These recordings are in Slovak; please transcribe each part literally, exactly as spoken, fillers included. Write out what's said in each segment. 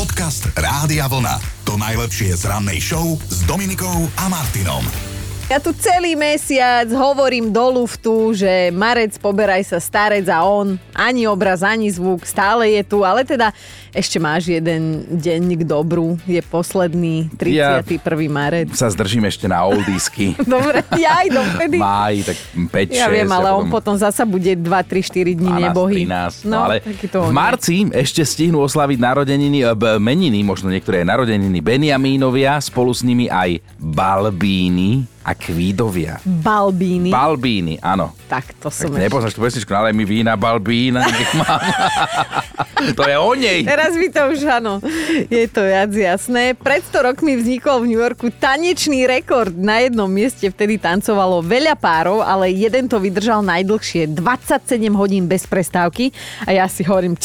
Podcast Rádia Vlna. To najlepšie z rannej show s Dominikou a Martinom. Ja tu celý mesiac hovorím do luftu, že Marec, poberaj sa starec a on, ani obraz, ani zvuk, stále je tu, ale teda ešte máš jeden deň k dobru, je posledný tridsiateho prvého marec. Ja sa zdržím ešte na oldiesky. Dobre, ja aj dovtedy. Máj, tak päť šesť. Ja viem, ale on potom zasa bude dva tri štyri dní nebohý. trinásť, no, no ale v marci ešte stihnú oslaviť narodeniny, meniny, možno niektoré narodeniny Benjamínovia, spolu s nimi aj Balbíny a Kvídovia. Balbíny. Balbíny, áno. Tak to som tak nepoznáš tú pesničku, ale mi vína Balbína, nech mám. To je o nej. Teraz mi to už, áno, je to viac jasné. Pred sto rokmi vznikol v New Yorku tanečný rekord. Na jednom mieste vtedy tancovalo veľa párov, ale jeden to vydržal najdlhšie. dvadsaťsedem hodín bez prestávky. A ja si hovorím...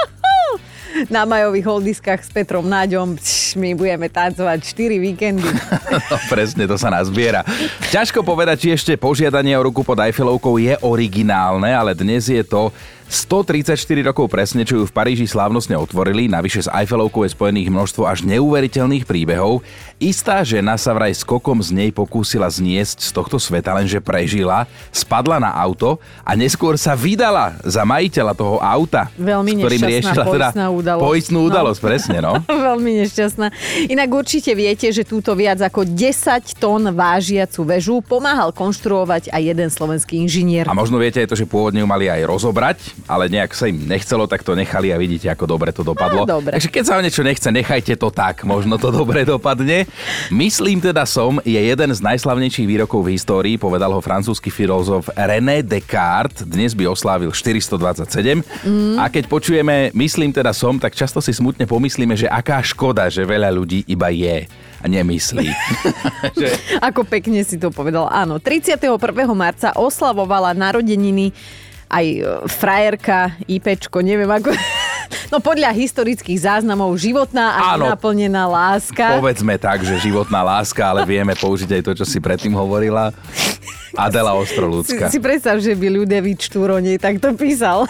Na majových holdiskách s Petrom Náďom pš, my budeme tancovať štyri víkendy. No, presne, to sa nazbiera. Ťažko povedať, či ešte požiadanie o ruku pod Eiffelovkou je originálne, ale dnes je to stotridsaťštyri rokov presne, čo ju v Paríži slávnostne otvorili. Navyše s Eiffelovkou je spojených množstvo až neuveriteľných príbehov. Istá žena sa vraj skokom z nej pokúsila zniesť z tohto sveta, lenže prežila, spadla na auto a neskôr sa vydala za majiteľa toho auta. Veľmi nešťastná poistná udalosť. Poistnú udalosť, no. Presne, no. Veľmi nešťastná. Inak určite viete, že túto viac ako desať tón vážiacu väžu pomáhal konštruovať aj jeden slovenský inžinier. A možno viete aj to, že pôvodne ju mali aj rozobrať, ale nejak sa im nechcelo, tak to nechali a vidíte, ako dobre to dopadlo. No, dobre. Takže keď sa o niečo nechce, nechajte to tak, možno to dobre dopadne. Myslím teda som, je jeden z najslavnejších výrokov v histórii, povedal ho francúzsky filozof René Descartes, dnes by oslávil štyristodvadsaťsedem. Mm. A keď počujeme myslím teda som, tak často si smutne pomyslíme, že aká škoda, že veľa ľudí iba je a nemyslí. že... Ako pekne si to povedal. Áno, tridsiateho prvého marca oslavovala narodeniny aj frajerka, IPčko, neviem ako... No podľa historických záznamov životná a áno, nenaplnená láska. Povedzme tak, že životná láska, ale vieme použiť aj to, čo si predtým hovorila. Adela Ostrolúcka. Si, si predstav, že by Ľudevíč Túronej takto písal.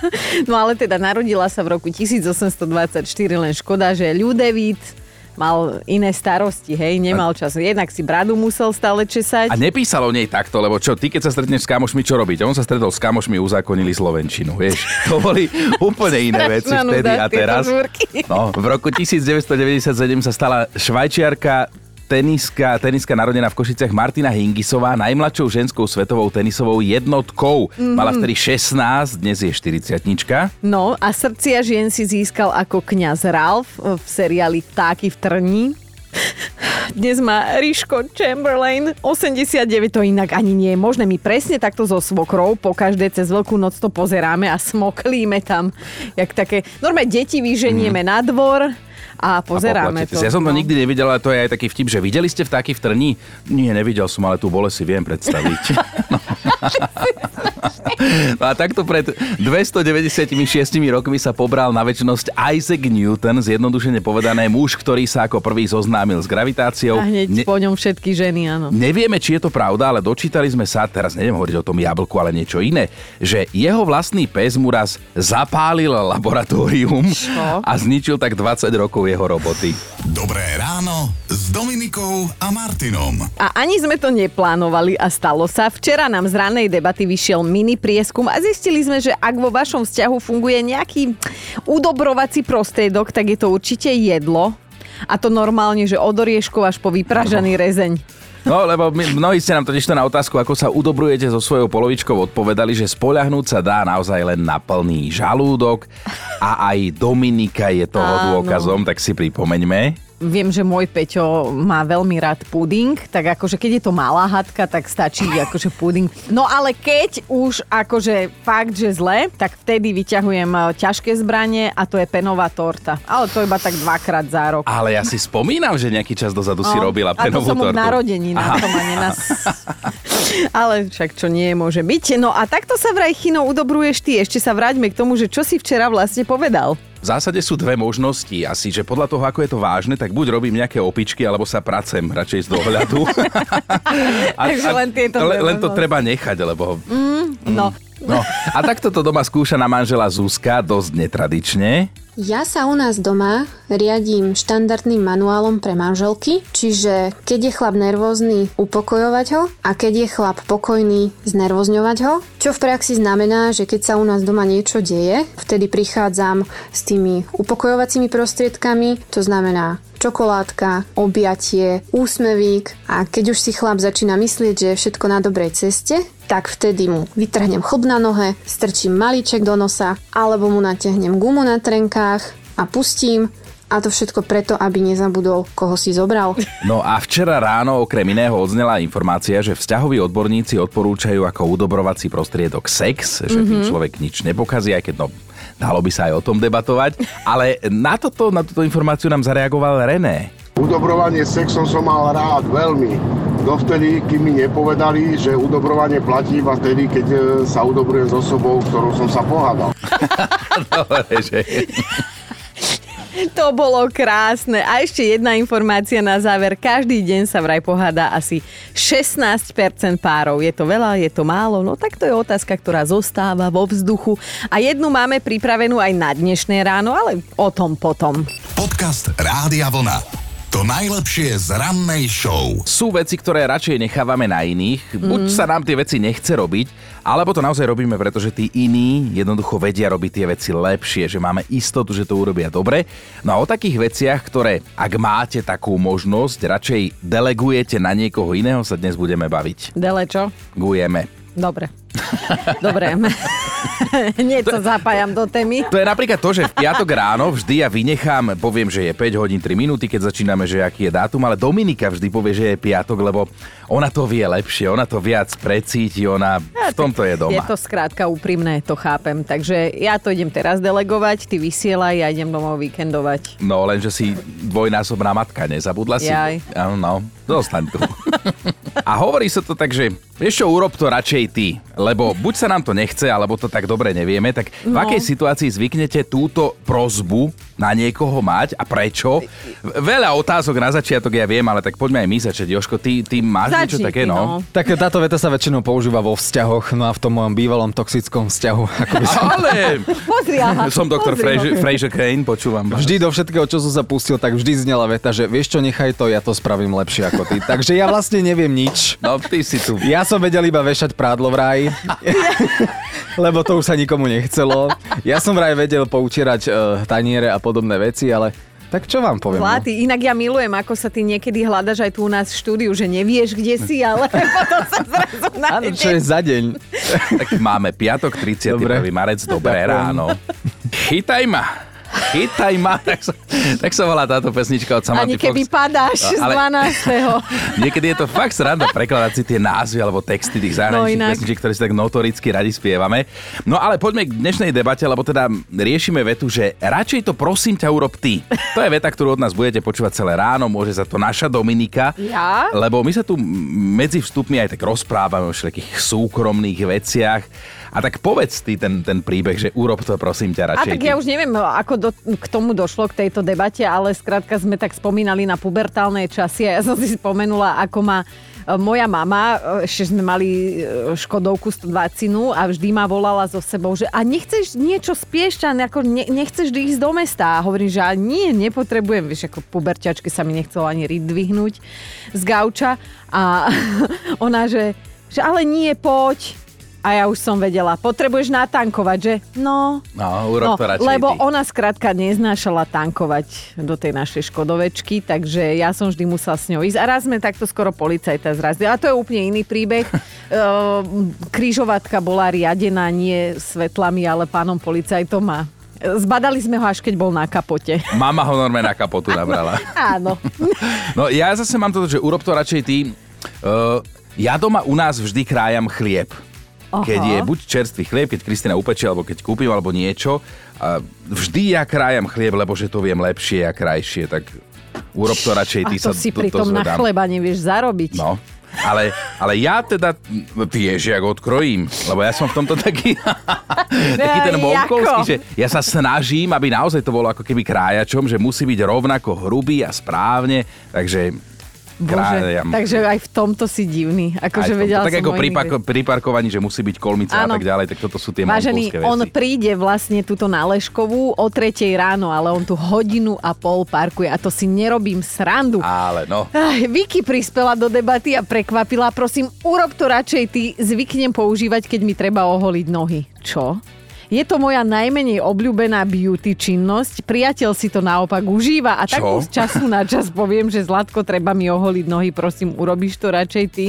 No ale teda narodila sa v roku tisícosemstodvadsaťštyri, len škoda, že Ľudevít mal iné starosti, hej, nemal čas. Jednak si bradu musel stále česať. A nepísal o nej takto, lebo čo, ty keď sa stretneš s kamošmi, čo robiť? On sa stretol s kamošmi, uzákonili slovenčinu, vieš. To boli úplne iné veci vtedy a teraz. No, v roku devätnásťstodeväťdesiatsedem sa stala Švajčiarka teniska, teniska narodená v Košiciach Martina Hingisová, najmladšou ženskou svetovou tenisovou jednotkou. Mm-hmm. Mala vtedy šestnásť, dnes je štyridsiatnička. No a srdcia žien si získal ako kňaz Ralph v seriáli Vtáky v trní. Dnes má Ríško Chamberlain osemdesiatdeväť, to inak ani nie je možné. My presne takto so svokrou po každé cez Veľkú noc to pozeráme a smoklíme tam. Jak také, normálne deti vyženieme mm. na dvor a pozeráme a to. Ja som to no. nikdy nevidel, ale to je aj taký vtip, že videli ste Vtáky v trní? Nie, nevidel som, ale tú bolesť si viem predstaviť. no. no a takto pred dvestodeväťdesiatšesť rokmi sa pobral na večnosť Isaac Newton, zjednodušene povedané muž, ktorý sa ako prvý zoznámil s gravitáciou. A hneď ne- po ňom všetky ženy, áno. Nevieme, či je to pravda, ale dočítali sme sa, teraz neviem hovoriť o tom jablku, ale niečo iné, že jeho vlastný pes mu raz zapálil laboratórium Čo? a zničil tak dvadsať rokov jeho roboty. Dobré ráno s Dominikou a Martinom. A ani sme to neplánovali a stalo sa. Včera nám z ranej debaty vyšiel mini prieskum a zistili sme, že ak vo vašom vzťahu funguje nejaký udobrovací prostriedok, tak je to určite jedlo. A to normálne, že od orieškov až po vypražaný rezeň. No, lebo my, mnohí ste nám totiž to na otázku, ako sa udobrujete so svojou polovičkou, odpovedali, že spoľahnúť sa dá naozaj len na plný žalúdok a aj Dominika je toho Áno. dôkazom, tak si pripomeňme. Viem, že môj Peťo má veľmi rád puding, tak akože keď je to malá hadka, tak stačí akože puding. No ale keď už akože fakt, že zle, tak vtedy vyťahujem ťažké zbranie a to je penová torta. Ale to iba tak dvakrát za rok. Ale ja si spomínam, že nejaký čas dozadu no, si robila penovú tortu. A to som mu k narodení na tom a nenas... Ale však čo nie môže byť. No a takto sa vraj, Chino, udobruješ ty. Ešte sa vráťme k tomu, že čo si včera vlastne povedal. V zásade sú dve možnosti asi, že podľa toho, ako je to vážne, tak buď robím nejaké opičky, alebo sa pracem radšej z dohľadu. a, Takže len tieto a, len to treba nechať, lebo... Mm, no. No, a takto to doma skúša na manžela Zuzka, dosť netradične. Ja sa u nás doma riadím štandardným manuálom pre manželky, čiže keď je chlap nervózny, upokojovať ho a keď je chlap pokojný, znervozňovať ho. Čo v praxi znamená, že keď sa u nás doma niečo deje, vtedy prichádzam s tými upokojovacími prostriedkami, to znamená čokoládka, objatie, úsmevík a keď už si chlap začína myslieť, že je všetko na dobrej ceste, tak vtedy mu vytrhnem chlb na nohe, strčím malíček do nosa alebo mu natiahnem gumu na trenkách a pustím. A to všetko preto, aby nezabudol, koho si zobral. No a včera ráno okrem iného odznela informácia, že vzťahoví odborníci odporúčajú ako udobrovací prostriedok sex, že tým mm-hmm. človek nič nepokazí, aj keď no, dalo by sa aj o tom debatovať. Ale na toto, na túto informáciu nám zareagoval René. Udobrovanie sexom som mal rád, veľmi. Dovtedy, kým mi nepovedali, že udobrovanie platí iba vtedy, keď sa udobrujem s osobou, ktorou som sa pohádal. Dobre, že... To bolo krásne. A ešte jedna informácia na záver. Každý deň sa vraj poháda asi šestnásť percent párov. Je to veľa, je to málo? No tak to je otázka, ktorá zostáva vo vzduchu. A jednu máme pripravenú aj na dnešné ráno, ale o tom potom. Podcast Rádia Vlna. To najlepšie z rannej show. Sú veci, ktoré radšej nechávame na iných. Buď sa nám tie veci nechce robiť, alebo to naozaj robíme, pretože tí iní jednoducho vedia robiť tie veci lepšie, že máme istotu, že to urobia dobre. No a o takých veciach, ktoré, ak máte takú možnosť, radšej delegujete na niekoho iného, sa dnes budeme baviť. Dele čo? Gujeme. Dobre. Dobre. Hneď sa zapájam do témy. To je napríklad to, že v piatok ráno vždy ja vynechám, poviem, že je päť hodín tri minúty, keď začíname, že aký je dátum, ale Dominika vždy povie, že je piatok, lebo ona to vie lepšie, ona to viac precíti, ona v tomto je doma. Je to skrátka úprimné, to chápem. Takže ja to idem teraz delegovať, ty vysielaj, ja idem domov víkendovať. No, lenže si dvojnásobná matka, nezabudla si? Jaj. Áno, no, zostaň tu. A hovorí sa to tak, že vieš čo, urob to radšej ty, lebo buď sa nám to nechce, alebo to tak dobre nevieme, tak v no. akej situácii zvyknete túto prosbu na niekoho mať a prečo? Veľa otázok na začiatok, ja viem, ale tak poďme aj my začať. Jožko, ty, ty máš Začni niečo také, ty, no? no? Tak táto veta sa väčšinou používa vo vzťahoch, no a v tom mojom bývalom toxickom vzťahu. Ako by som... Ale! Pozri, aha. Som doktor Pozri, Fraser Crane, počúvam. Vždy do všetkého, čo som sa pustil, tak vždy znela veta, že vieš čo, nechaj to, ja to spravím lepšie ako ty. Takže ja vlastne neviem nič. No, ty si tu. Ja som vedel iba vešať prádlo v ráji, lebo to už sa nikomu nechcelo. Ja som vraj vedel poutierať uh, taniere a podobné veci, ale tak čo vám poviem? Zlatý, no? Inak ja milujem, ako sa ty niekedy hľadaš aj tu u nás v štúdiu, že nevieš, kde si, ale potom sa zrazu nájdeš. Áno, čo je za deň? Tak máme piatok, tridsiateho prvého marec, dobré ráno. Chytaj ma. Chytaj ma, tak sa, tak sa volá táto pesnička od Samanthy Ani keby Fox. padáš z Ale dvanásteho niekedy je to fakt sranda prekladať si tie názvy alebo texty tých zahraničných No, pesničiek, ktoré si tak notoricky radi spievame. No ale poďme k dnešnej debate, lebo teda riešime vetu, že radšej to prosím ťa urob ty. To je veta, ktorú od nás budete počúvať celé ráno, môže za to naša Dominika. Ja? Lebo my sa tu medzi vstupmi aj tak rozprávame o všetkých súkromných veciach. A tak povedz ty ten, ten príbeh, že urob to prosím ťa radšej A tak ty. ja už neviem, ako do, k tomu došlo, k tejto debate, ale skrátka sme tak spomínali na pubertálne časy a ja som si spomenula, ako ma moja mama, ešte sme mali Škodovku sto dvadsať a vždy ma volala so sebou, že a nechceš niečo spiešťať, ako ne, nechceš ísť do mesta. A hovorím, že a nie, nepotrebujem, vieš, ako puberťačke sa mi nechcelo ani riť dvihnúť z gauča. A ona, že, že ale nie, poď. A ja už som vedela, potrebuješ natankovať, že? No, No, urob no to radšej lebo ty. ona skrátka neznášala tankovať do tej našej Škodovečky, takže ja som vždy musela s ňou ísť. A raz sme takto skoro policajta zrazili. A to je úplne iný príbeh. Krížovatka bola riadená nie svetlami, ale pánom policajtom a zbadali sme ho, až keď bol na kapote. Mama ho normálne na kapotu nabrala. Áno. No ja zase mám toto, že urob to radšej ty. Uh, ja doma u nás vždy krájam chlieb. Keď je buď čerstvý chlieb, keď Kristina upečie, alebo keď kúpim, alebo niečo. A vždy ja krájam chlieb, lebo že to viem lepšie a krajšie, tak urob to radšej ty. A to sa si to, pritom to na chleba nevieš zarobiť. No, ale, ale ja teda, ty ježiak, odkrojím, lebo ja som v tomto taký, taký ten monkovský, že ja sa snažím, aby naozaj to bolo ako keby krájačom, že musí byť rovnako hrubý a správne, takže Bože, takže aj v tomto si divný. Akože vedela tak som ako pri, pako, pri parkovaní, že musí byť kolmica a tak ďalej, tak toto sú tie Vážený, montovské veci. on príde vlastne túto na Leškovú o tretej ráno, ale on tu hodinu a pol parkuje a to si nerobím srandu. Ale no. Aj, Vicky prispela do debaty a prekvapila. Prosím, urob to radšej ty, zvyknem používať, keď mi treba oholiť nohy. Čo? Je to moja najmenej obľúbená beauty činnosť. Priateľ si to naopak užíva a tak z času na čas poviem, že Zlatko, treba mi oholiť nohy, prosím, urobíš to radšej ty?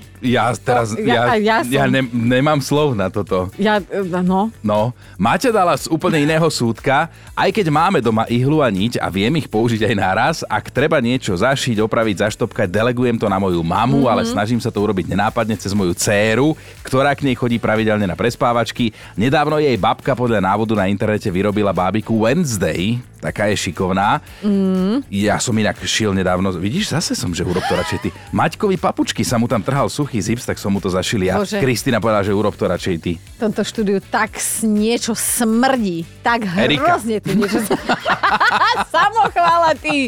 Ja teraz, to, ja, ja, ja, som... ja ne, nemám slov na toto. Ja, no. No, Maťa dala z úplne iného súdka, aj keď máme doma ihlu a niť a viem ich použiť aj naraz, ak treba niečo zašiť, opraviť, zaštopkať, delegujem to na moju mamu, mm-hmm. ale snažím sa to urobiť nenápadne cez moju dcéru, ktorá k nej chodí pravidelne na prespávačky. Nedávno jej babka podľa návodu na internete vyrobila bábiku Wednesday, taká je šikovná. Mm. Ja som inak šiel nedávno, vidíš, zase som, že urob to radšej ty. Maťkovi papučky sa mu tam trhal suchý zips, tak som mu to zašil ja. Kristina povedala, že urob to radšej ty. V tomto štúdiu tak niečo smrdí. Tak Erika. Hrozne tu niečo smrdí. Samochvála ty.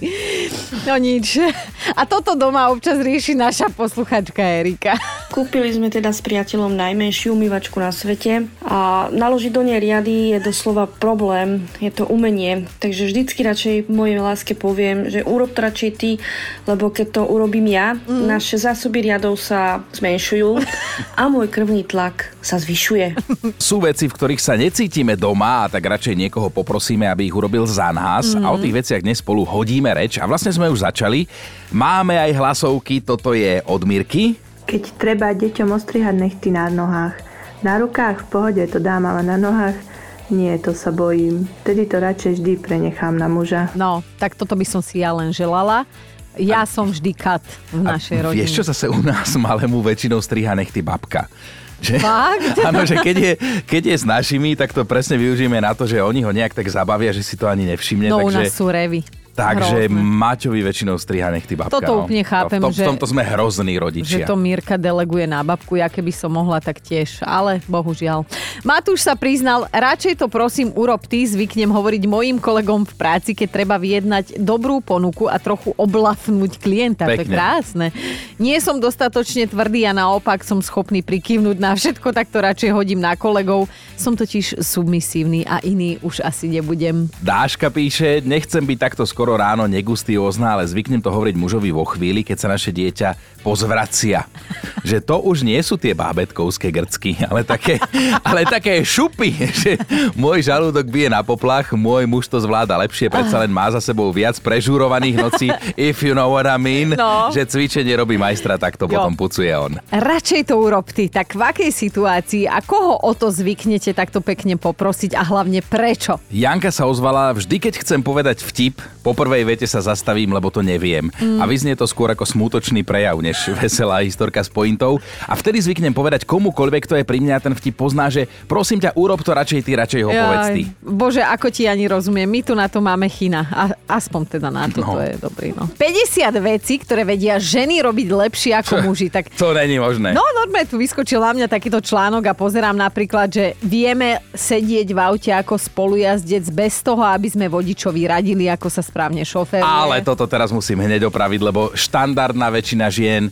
No nič. A toto doma občas rieši naša posluchačka Erika. Kúpili sme teda s priateľom najmenšiu umývačku na svete a naložiť do nej riady je doslova problém. Je to umenie. Takže vždycky radšej mojej láske poviem, že urob to radšej ty, lebo keď to urobím ja, mm. naše zásoby riadov sa zmenšujú a môj krvný tlak sa zvyšuje. Sú veci, v ktorých sa necítime doma a tak radšej niekoho poprosíme, aby ich urobil za nás mm. a o tých veciach dnes spolu hodíme reč a vlastne sme už začali. Máme aj hlasovky, toto je od Mirky. Keď treba deťom ostrihať nechty na nohách. Na rukách v pohode to dám, ale na nohách nie, to sa bojím. Vtedy to radšej vždy prenechám na muža. No, tak toto by som si ja len želala. Ja a, som vždy kat v našej rodine. Vieš čo, zase u nás malému väčšinou striha nechty babka. Že, fakt? Áno, že keď je, keď je s našimi, tak to presne využijeme na to, že oni ho nejak tak zabavia, že si to ani nevšimne. No, takže... u nás sú revy. Takže Hrozné. Maťovi väčšinou striha nechty babka. Toto úplne chápem, v, tom, že, v tomto sme hrozní rodičia. Že to Mirka deleguje na babku, ja keby som mohla, tak tiež. Ale bohužiaľ. Matúš sa priznal, radšej to prosím urob ty, zvyknem hovoriť mojim kolegom v práci, keď treba vyjednať dobrú ponuku a trochu oblafnúť klienta. Pekne. To je krásne. Nie som dostatočne tvrdý a naopak som schopný prikývnuť na všetko, tak to radšej hodím na kolegov. Som totiž submisívny a iný už asi nebudem. Dáška píše, nechcem byť takto skoro ráno negustiózna, ale zvyknem to hovoriť mužovi vo chvíli, keď sa naše dieťa pozvracia. Že to už nie sú tie bábätkovské grcky, ale také, ale také šupy, že môj žalúdok bije na poplach, môj muž to zvláda lepšie, predsa len má za sebou viac prežurovaných nocí, if you know what I mean, no. Že cvičenie robí majstra, tak to jo. Potom pucuje on. Radšej to urob ty, tak v akej situácii a koho o to zvyknete takto pekne poprosiť a hlavne prečo? Janka sa ozvala, vždy keď chcem povedať vtip, po prvej vete sa zastavím, lebo to neviem. Mm. A vyznie to skôr ako smútočný prejav, než veselá historka s pointou. A vtedy zvyknem povedať komukoľvek, kto je pri mňa ten vtip pozná, že prosím ťa, urob to radšej ty, radšej ho Jaj, povedz ty. Bože, ako ti ani rozumiem, my tu na to máme chyna. A, aspoň teda na to, no. To je dobrý. No. päťdesiat vecí, ktoré vedia ženy robiť lepšie ako muži. Tak... To není možné. No, normálne tu vyskočil na mňa takýto článok a pozerám napríklad, že vieme sedieť v aute ako spolujazdec bez toho, aby sme vodičovi radili, ako sa správne šoféruje. Ale toto teraz musím hneď opraviť, lebo štandardná väčšina žien,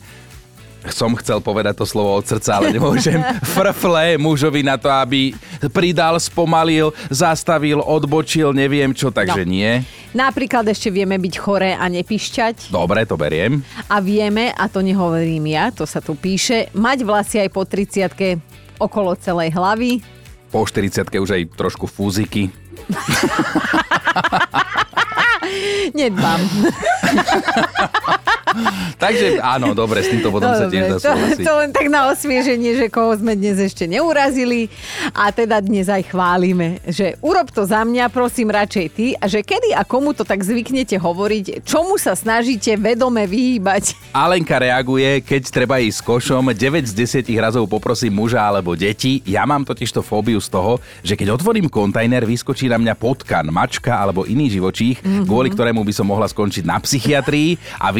som chcel povedať to slovo od srdca, ale nemôžem, frfle mužovi na to, aby pridal, spomalil, zastavil, odbočil, neviem čo, takže no. Nie. Napríklad ešte vieme byť choré a nepišťať. Dobre, to beriem. A vieme, a to nehovorím ja, to sa tu píše, mať vlasy aj po tridsiatke okolo celej hlavy. Po štyridsiatke už aj trošku fúziky. Nedbám. Takže áno, dobre, s týmto potom sa tiež dá súhlasiť. To, to len tak na osvieženie, že koho sme dnes ešte neurazili a teda dnes aj chválime, že urob to za mňa, prosím, radšej ty a že kedy a komu to tak zvyknete hovoriť, čomu sa snažíte vedome vyhýbať. Alenka reaguje, keď treba ísť s košom, deväť z desať razov poprosím muža alebo deti. Ja mám totižto fóbiu z toho, že keď otvorím kontajner, vyskočí na mňa potkan, mačka alebo iný živočích, mm-hmm. kvôli ktorému by som mohla skončiť na psychiatrii a vynášať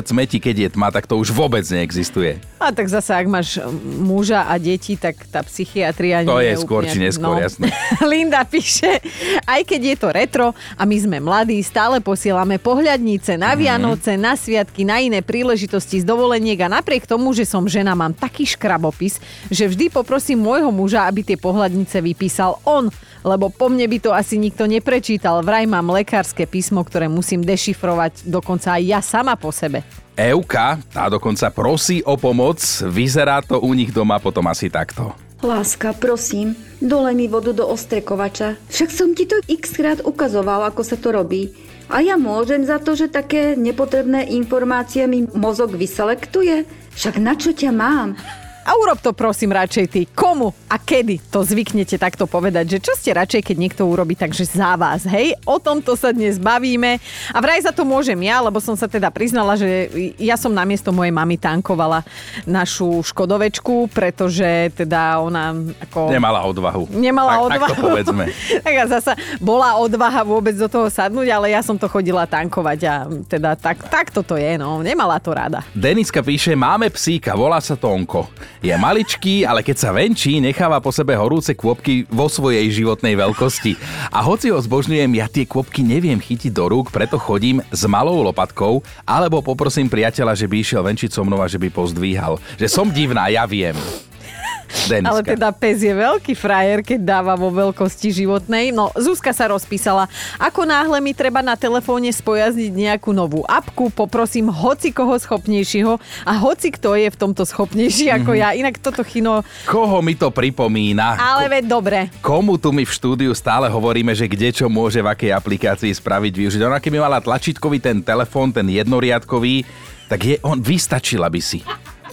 smeti, keď je tma, tak to už vôbec neexistuje. A tak zase, ak máš muža a deti, tak tá psychiatria to nie je je skôr úplne... či neskôr, no. Jasné. Linda píše, aj keď je to retro a my sme mladí, stále posielame pohľadnice na Vianoce, mm. na sviatky, na iné príležitosti z dovoleniek a napriek tomu, že som žena, mám taký škrabopis, že vždy poprosím môjho muža, aby tie pohľadnice vypísal on, lebo po mne by to asi nikto neprečítal. Vraj mám lekárske písmo, ktoré musím dešifrovať dokonca aj ja sama po sebe. Euka, tá dokonca prosí o pomoc, vyzerá to u nich doma potom asi takto. Láska, prosím, dolej mi vodu do ostrekovača. Však som ti to x-krát ukazoval, ako sa to robí. A ja môžem za to, že také nepotrebné informácie mi mozog vyselektuje? Však na čo ťa mám? A urob to prosím radšej ty. Komu a kedy to zvyknete takto povedať? Že čo ste radšej, keď niekto urobí takže za vás, hej? O tomto sa dnes bavíme. A vraj za to môžem ja, lebo som sa teda priznala, že ja som namiesto mojej mamy tankovala našu Škodovečku, pretože teda ona ako... Nemala odvahu. Nemala tak, odvahu. Tak to povedzme. Tak a zasa bola odvaha vôbec do toho sadnúť, ale ja som to chodila tankovať a teda tak, tak toto je, no. Nemala to rada. Deniska píše, máme psíka, volá sa Tonko. Je maličký, ale keď sa venčí, necháva po sebe horúce kôpky vo svojej životnej veľkosti. A hoci ho zbožňujem, ja tie kôpky neviem chytiť do rúk, preto chodím s malou lopatkou, alebo poprosím priateľa, že by išiel venčiť so mnou a že by pozdvíhal. Že som divná, ja viem. Deniska. Ale teda pes je veľký frajer, keď dáva vo veľkosti životnej. No, Zuzka sa rozpísala. Ako náhle mi treba na telefóne spojazniť nejakú novú apku, poprosím hoci koho schopnejšieho a hoci kto je v tomto schopnejší ako mm-hmm. ja. Inak toto chino... Koho mi to pripomína? Ale veď dobre. Komu tu my v štúdiu stále hovoríme, že kde čo môže v akej aplikácii spraviť, využiť. Ona keby mala tlačítkový ten telefón, ten jednoriadkový, tak je on, vystačila by si.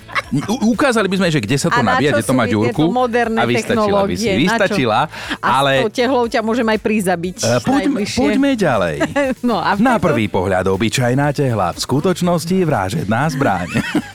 U- ukázali by sme, že kde sa to nabíja, kde to má ďurku a vystačila by si. Vystačila, ale... A s tou tehlou ťa môžem aj prizabiť. Uh, poďme, poďme ďalej. No, a na prvý pohľad obyčajná tehla, v skutočnosti vražedná zbraň.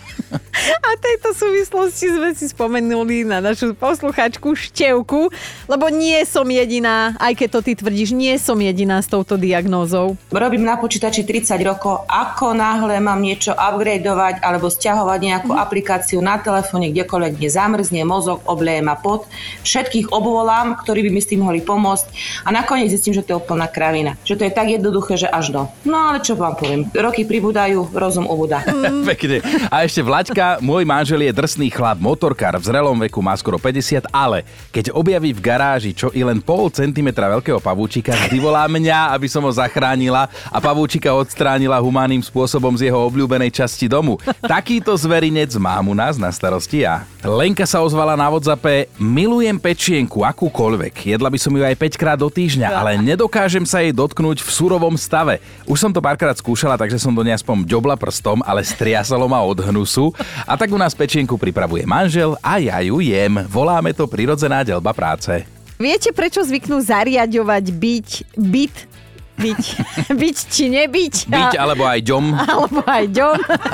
A tejto súvislosti sme si spomenuli na našu posluchačku Števku, lebo nie som jediná, aj keď to ty tvrdíš, nie som jediná s touto diagnózou. Robím na počítači tridsať rokov, ako náhle mám niečo upgradeovať alebo stiahovať nejakú mm. aplikáciu na telefóne, kdekoľvek mne zamrzne mozog, obleje ma pot, všetkých obvolám, ktorí by mi s tým mohli pomôcť a nakoniec zistím, že to je úplná kravina. Že to je tak jednoduché, že až do. No ale čo vám poviem, roky pribúdajú, rozum ubúda. Mm. Pekne. A ešte Vlaďka, môj manžel je drsný chlap, motorkár, v zrelom veku, má skoro päťdesiat, ale keď objaví v garáži čo i len pol centimetra veľkého pavúčika, vždy volá mňa, aby som ho zachránila a pavúčika odstránila humánnym spôsobom z jeho obľúbenej časti domu. Takýto zverinec mám u nás na starosti ja. Lenka sa ozvala na WhatsAppe, milujem pečienku, akúkoľvek. Jedla by som ju aj päť krát do týždňa, ale nedokážem sa jej dotknúť v surovom stave. Už som to párkrát skúšala, takže som do nej aspoň ďobla prstom, ale striasalo ma od hnusu. A tak u nás pečienku pripravuje manžel a ja ju jem. Voláme to prirodzená deľba práce. Viete, prečo zvyknú zariaďovať byť, byt, byť, byť či nebyť? Byť alebo aj ďom. Alebo aj ďom.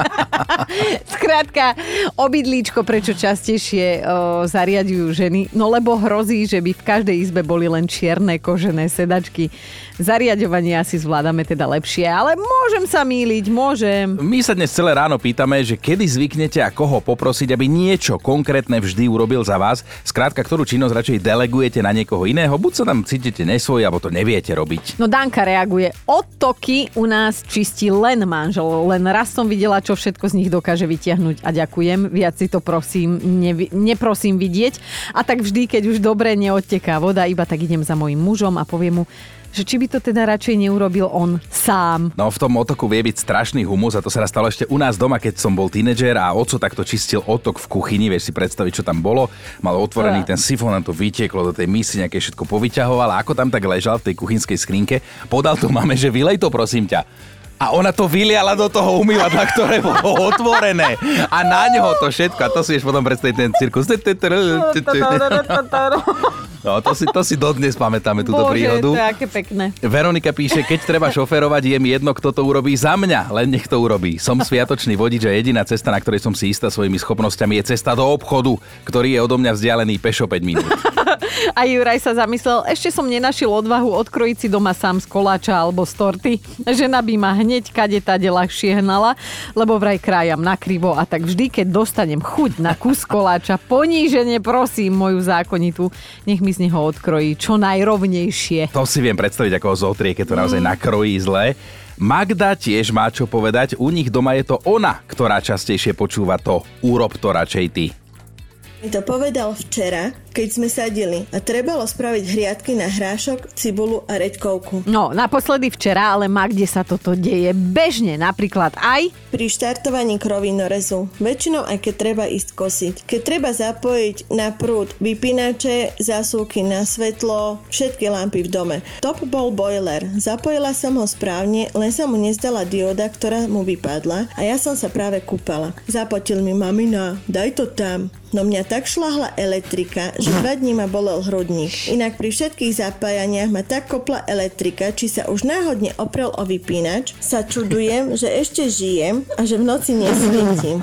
Skrátka, obydlíčko prečo častejšie o, zariaďujú ženy? No lebo hrozí, že by v každej izbe boli len čierne kožené sedačky. Zariaďovanie asi zvládame teda lepšie, ale môžem sa mýliť, môžem. My sa dnes celé ráno pýtame, že kedy zvyknete a koho poprosiť, aby niečo konkrétne vždy urobil za vás. Skrátka, ktorú činnosť radšej delegujete na niekoho iného, buď sa tam cítite nesvoj, alebo to neviete robiť. No Danka reaguje, odtoky u nás čistí len manžel, len raz som videla, čo všetko z nich dokáže vytiahnuť a ďakujem, viac si to prosím, nevi- neprosím vidieť. A tak vždy, keď už dobre neodteká voda, iba tak idem za mojím mužom a poviem mu, že či by to teda radšej neurobil on sám. No v tom otoku vie byť strašný humus a to sa stalo ešte u nás doma, keď som bol tínedžer a oco takto čistil otok v kuchyni, vieš si predstaviť, čo tam bolo. Mal otvorený ten sifón, to vytieklo do tej misy, nejaké všetko povyťahoval a ako tam tak ležal v tej kuchynskej skrinke, podal to mame, že vylej to prosím ťa. A ona to vyliala do toho umývadla, ktoré bolo otvorené. A na ňoho to všetko. A to si vieš potom predstaviť ten cirkus. No, to si, to si dodnes pamätáme túto Bože, príhodu. to je aké pekné. Veronika píše, keď treba šoférovať, je mi jedno, kto to urobí za mňa. Len nech to urobí. Som sviatočný vodič a jediná cesta, na ktorej som si istá svojimi schopnosťami, je cesta do obchodu, ktorý je odo mňa vzdialený pešo päť minút. A Juraj sa zamyslel, ešte som nenašiel odvahu odkrojiť si doma sám z koláča alebo z torty. Žena by ma hneď kade tade ľahšie hnala, lebo vraj krájam nakrivo a tak vždy, keď dostanem chuť na kus koláča, ponížene prosím moju zákonitú, nech mi z neho odkrojí čo najrovnejšie. To si viem predstaviť, ako ho zotrie, keď to naozaj nakrojí zle. Magda tiež má čo povedať, u nich doma je to ona, ktorá častejšie počúva to urob to radšej ty. Mi to povedal včera, keď sme sadili a trebalo spraviť hriadky na hrášok, cibulu a reďkovku. No, naposledy včera, ale Magde sa toto deje bežne, napríklad aj pri štartovaní krovinorezu. Väčšinou aj keď treba ísť kosiť. Keď treba zapojiť na prúd vypínače, zásuvky na svetlo, všetky lampy v dome. Top bol boiler. Zapojila som ho správne, len sa mu nezdala dioda, ktorá mu vypadla a ja som sa práve kúpala. Zapotil mi: mamina, daj to tam. No mňa tak šľahla elektrika, že dva dní ma bolel hrudník. Inak pri všetkých zapájaniach ma tak kopla elektrika, či sa už náhodne oprel o vypínač, sa čudujem, že ešte žijem a že v noci nesvietím.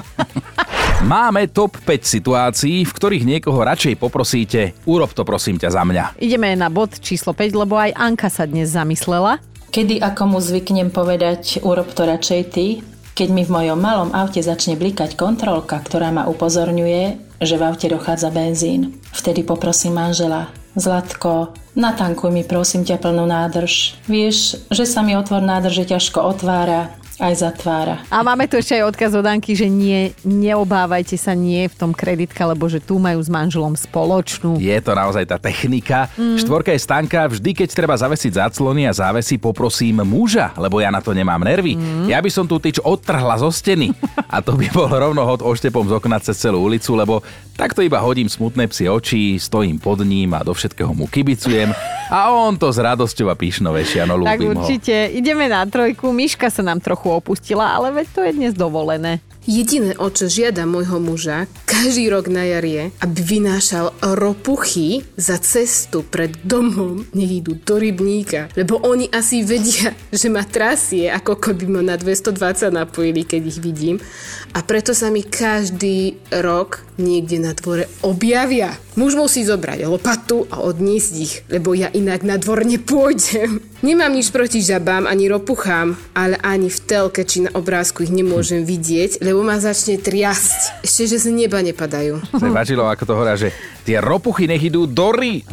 Máme top päť situácií, v ktorých niekoho radšej poprosíte: urob to prosím ťa za mňa. Ideme na bod číslo päť, lebo aj Anka sa dnes zamyslela. Kedy ako mu zvyknem povedať urob to radšej ty? Keď mi v mojom malom aute začne blikať kontrolka, ktorá ma upozorňuje, že v aute dochádza benzín. Vtedy poprosím manžela: Zlatko, natankuj mi prosím ťa plnú nádrž. Vieš, že sa mi otvor nádrže ťažko otvára, aj zatvára. A máme tu ešte aj odkaz od Anky, že nie, neobávajte sa nie v tom kreditka, lebo že tu majú s manželom spoločnú. Je to naozaj tá technika. Mm. Štvorka je Stanka, vždy keď treba zavesiť záclony a závesy, poprosím muža, lebo ja na to nemám nervy. Mm. Ja by som tú tyč odtrhla zo steny a to by bol rovno hod oštepom z okna cez celú ulicu, lebo takto iba hodím smutné psie oči, stojím pod ním a do všetkého mu kibicujem a on to s radosťou a pyšnou vešia, no ľúbim ho. Tak určite, ideme na trojku. Miška sa nám trochu opustila, ale veď to je dnes dovolené. Jediné, o čo žiada môjho muža každý rok na jar je, aby vynášal ropuchy za cestu pred domom, nech idú do rybníka, lebo oni asi vedia, že ma trasie, ako keby ma na dvestodvadsať napojili, keď ich vidím. A preto sa mi každý rok niekde na dvore objavia. Muž musí zobrať lopatu a odniesť ich, lebo ja inak na dvor nepôjdem. Nemám nič proti žabám ani ropuchám, ale ani v telke či na obrázku ich nemôžem vidieť, lebo ma začne triasť. Ešte, že z neba nepadajú. Sa mi páčilo, ako to hovorí, že tie ropuchy nech idú do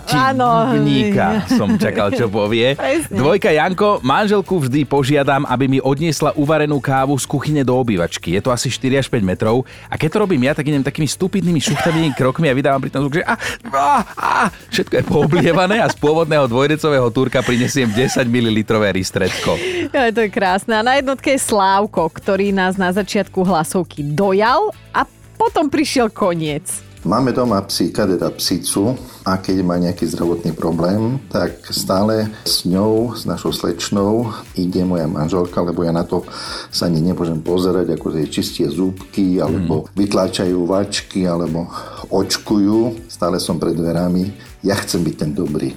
rybníka. Som čakal, čo povie. Presne. Dvojka Janko, manželku vždy požiadam, aby mi odniesla uvarenú kávu z kuchyne do obývačky. Je to asi štyri až päť metrov a keď to robím ja, tak idem takými stupidnými šuchtavými krokmi a vydávam pri tom zvuk, že a, a, a, všetko je pooblievané a z pôvodného dvojdecového túrka prinesiem desať mililitrové ristretko. Ja, to je krásne. A na jednotke je Slávko, ktorý nás na začiatku hlasovky dojal a potom prišiel koniec. Máme doma psíka, teda psícu, a keď má nejaký zdravotný problém, tak stále s ňou, s našou slečnou ide moja manželka, lebo ja na to sa ani nemôžem pozerať, ako jej čistie zúbky, alebo mm. vytláčajú vačky, alebo očkujú. Stále som pred dverami. Ja chcem byť ten dobrý.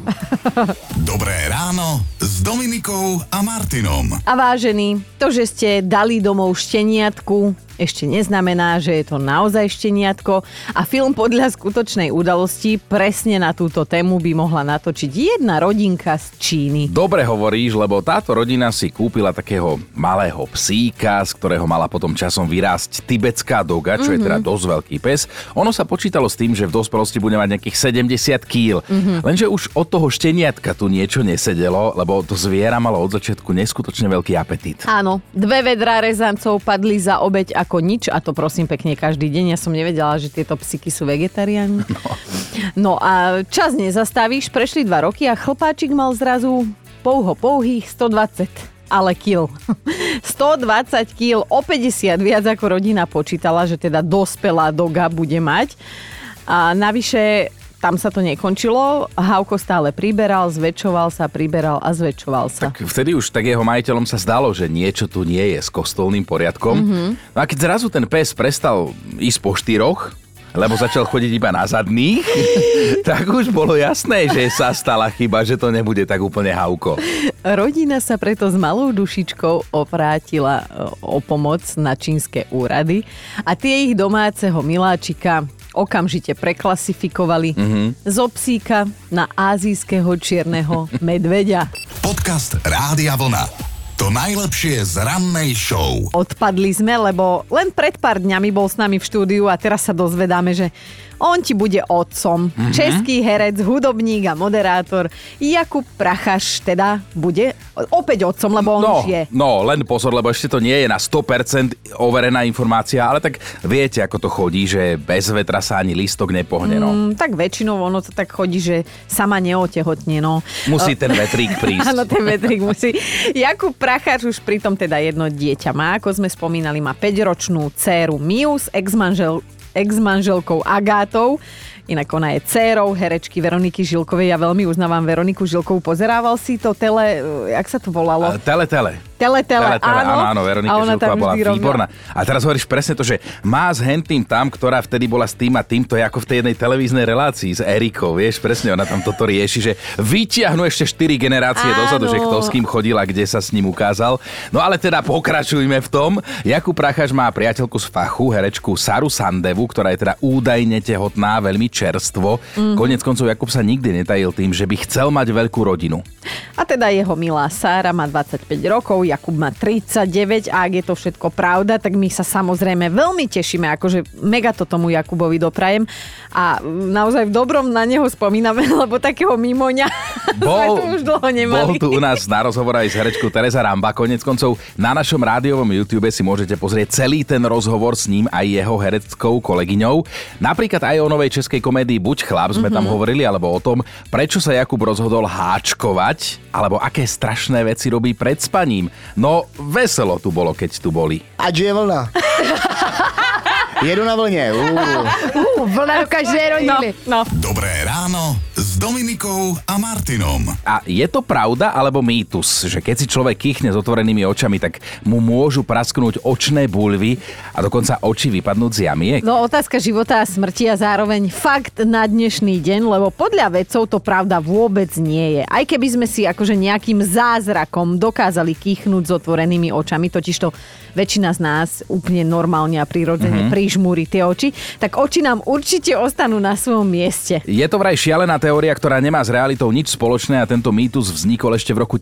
Dobré ráno s Dominikou a Martinom. A vážení, to, že ste dali domov šteniatku, ešte neznamená, že je to naozaj šteniatko a film podľa skutočnej udalosti presne na túto tému by mohla natočiť jedna rodinka z Číny. Dobre hovoríš, lebo táto rodina si kúpila takého malého psíka, z ktorého mala potom časom vyrásť tibetská doga, čo mm-hmm. je teda dosť veľký pes. Ono sa počítalo s tým, že v dospelosti bude mať nejakých sedemdesiat kíl. Mm-hmm. Lenže už od toho šteniatka tu niečo nesedelo, lebo to zviera malo od začiatku neskutočne veľký apetít. Áno, dve vedrá rezancov padli za obeť ako nič a to prosím pekne každý deň. Ja som nevedela, že tieto psíky sú vegetariáni. No. no a čas nezastavíš, prešli dva roky a chlpáčik mal zrazu pouho pouhých stodvadsať. Ale kil. stodvadsať kíl, o päťdesiat viac ako rodina počítala, že teda dospelá doga bude mať. A navyše tam sa to nekončilo. Hauko stále priberal, zväčšoval sa, priberal a zväčšoval sa. Tak vtedy už tak jeho majiteľom sa zdalo, že niečo tu nie je s kostolným poriadkom. Mm-hmm. No a keď zrazu ten pes prestal ísť po štyroch, lebo začal chodiť iba na zadných, tak už bolo jasné, že sa stala chyba, že to nebude tak úplne Hauko. Rodina sa preto s malou dušičkou obrátila o pomoc na čínske úrady a tie ich domáceho miláčika okamžite preklasifikovali Mhm. zo psíka na ázijského čierneho medveďa. Podcast Rádia Vlna. To najlepšie z rannej show. Odpadli sme, lebo len pred pár dňami bol s nami v štúdiu a teraz sa dozvedáme, že on ti bude otcom. Mhm. Český herec, hudobník a moderátor Jakub Prachaš teda bude opäť otcom, lebo on no, už je. No, len pozor, lebo ešte to nie je na sto percent overená informácia, ale tak viete, ako to chodí, že bez vetra sa ani lístok nepohne, no. Mm, tak väčšinou ono to tak chodí, že sama neotehotne, no. Musí ten vetrík prísť. Áno, ten vetrík musí. Jakub Prachač už pritom teda jedno dieťa má, ako sme spomínali, má päťročnú dcéru Miu s ex-manžel, ex-manželkou Agátou. Inak ona je dcérou herečky Veroniky Žilkovej. Ja veľmi uznávam Veroniku Žilkovú. Pozerával si to tele... Jak sa to volalo? Uh, tele, tele. Tele, tele, tele, tele áno. Áno, áno, Veronika Žilková bola výborná. A teraz hovoríš presne to, že má s hentým tam, ktorá vtedy bola s tým a tým, to je ako v tej jednej televíznej relácii s Erikou, vieš, presne ona tam toto rieši, že vytiahnu ešte štyri generácie áno. dozadu, že kto s kým chodil a kde sa s ním ukázal. No ale teda pokračujme v tom. Jakub Prachaš má priateľku z fachu, herečku Saru Sandevu, ktorá je teda údajne tehotná, veľmi čerstvo. Mm-hmm. Koniec koncov Jakub sa nikdy netajil tým, že by chcel mať veľkú rodinu. A teda jeho milá Sára má dvadsaťpäť rokov, Jakub má tridsaťdeväť a ak je to všetko pravda, tak my sa samozrejme veľmi tešíme, akože mega to tomu Jakubovi doprajem a naozaj v dobrom na neho spomíname, lebo takého mimoňa bol, sme tu už dlho nemali. Bol tu u nás na rozhovor aj s herečkou Tereza Ramba. Koniec koncov na našom rádiovom YouTube si môžete pozrieť celý ten rozhovor s ním aj jeho hereckou kolegyňou. Napríklad aj o novej českej komédii Buď chlap sme mm-hmm. tam hovorili, alebo o tom, prečo sa Jakub rozhodol háčkovať, alebo aké strašné veci robí pred spaním. No, veselo tu bolo, keď tu boli. Ať je vlna. Jedu na vlne. Uh. Uh, vlna každé rodiny. No, no. Dobré ráno s Dominikou a Martinom. A je to pravda alebo mýtus, že keď si človek kýchne s otvorenými očami, tak mu môžu prasknúť očné buľvy a dokonca oči vypadnúť z jamiek? No, otázka života a smrti a zároveň fakt na dnešný deň, lebo podľa vedcov to pravda vôbec nie je. Aj keby sme si akože nejakým zázrakom dokázali kýchnúť s otvorenými očami, totižto väčšina z nás úplne normálne a prirodzene mm-hmm. prižmúri tie oči, tak oči nám určite ostanú na svojom mieste. Je to vraj šialená teória, ktorá nemá s realitou nič spoločné a tento mýtus vznikol ešte v roku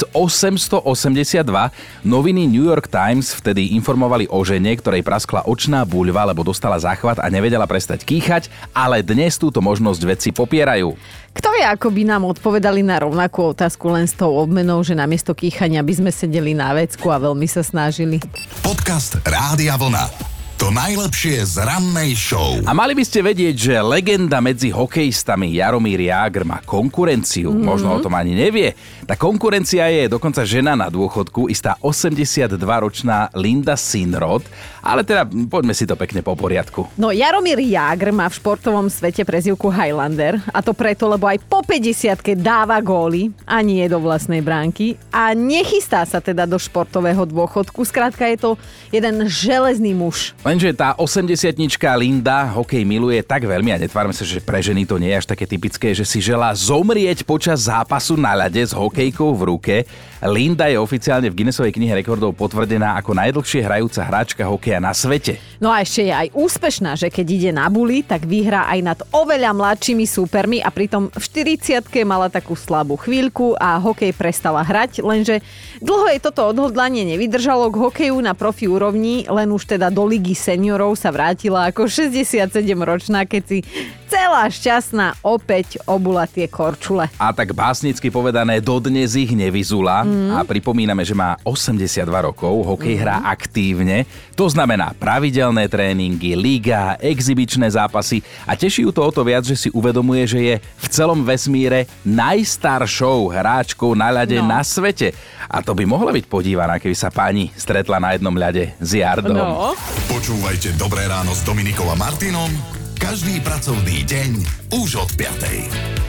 tisícosemstoosemdesiatdva. Noviny New York Times vtedy informovali o žene, ktorej praskla očná buľva, lebo dostala záchvat a nevedela prestať kýchať, ale dnes túto možnosť vedci popierajú. Kto vie, ako by nám odpovedali na rovnakú otázku len s tou obmenou, že namiesto kýchania by sme sedeli na vecku a veľmi sa snažili. Podcast Rádia Vlna. To najlepšie z rannej show. A mali by ste vedieť, že legenda medzi hokejistami Jaromír Jágr má konkurenciu. Mm-hmm. Možno o tom ani nevie. Tá konkurencia je dokonca žena na dôchodku, istá osemdesiatdvaročná Linda Sinrod. Ale teda poďme si to pekne po poriadku. No Jaromír Jágr má v športovom svete prezývku Highlander. A to preto, lebo aj po päťdesiatke dáva góly a nie do vlastnej bránky. A nechystá sa teda do športového dôchodku. Skrátka je to jeden železný muž. Lenže tá osemdesiatnička Linda hokej miluje tak veľmi a netvárme sa, že pre ženy to nie je až také typické, že si želá zomrieť počas zápasu na ľade s hokejkou v ruke. Linda je oficiálne v Guinnessovej knihe rekordov potvrdená ako najdlhšie hrajúca hráčka hokeja na svete. No a ešte je aj úspešná, že keď ide na buli, tak vyhrá aj nad oveľa mladšími súpermi a pritom v štyridsiatke mala takú slabú chvíľku a hokej prestala hrať, lenže dlho jej toto odhodlanie nevydržalo k hokeju na profi úrovni, len už teda do ligy seniorov sa vrátila ako šesťdesiatsedemročná, keď si celá šťastná opäť obula tie korčule. A tak básnicky povedané, dodnes ich nevyzula mm. a pripomíname, že má osemdesiatdva rokov, hokej mm. hrá aktívne, to znamená pravidelné tréningy, liga, exibičné zápasy a teší ju to o to viac, že si uvedomuje, že je v celom vesmíre najstaršou hráčkou na ľade no. na svete. A to by mohla byť podívaná, keby sa pani stretla na jednom ľade s Jardom. No. Počúvajte Dobré ráno s Dominikou a Martinom každý pracovný deň už od piatej.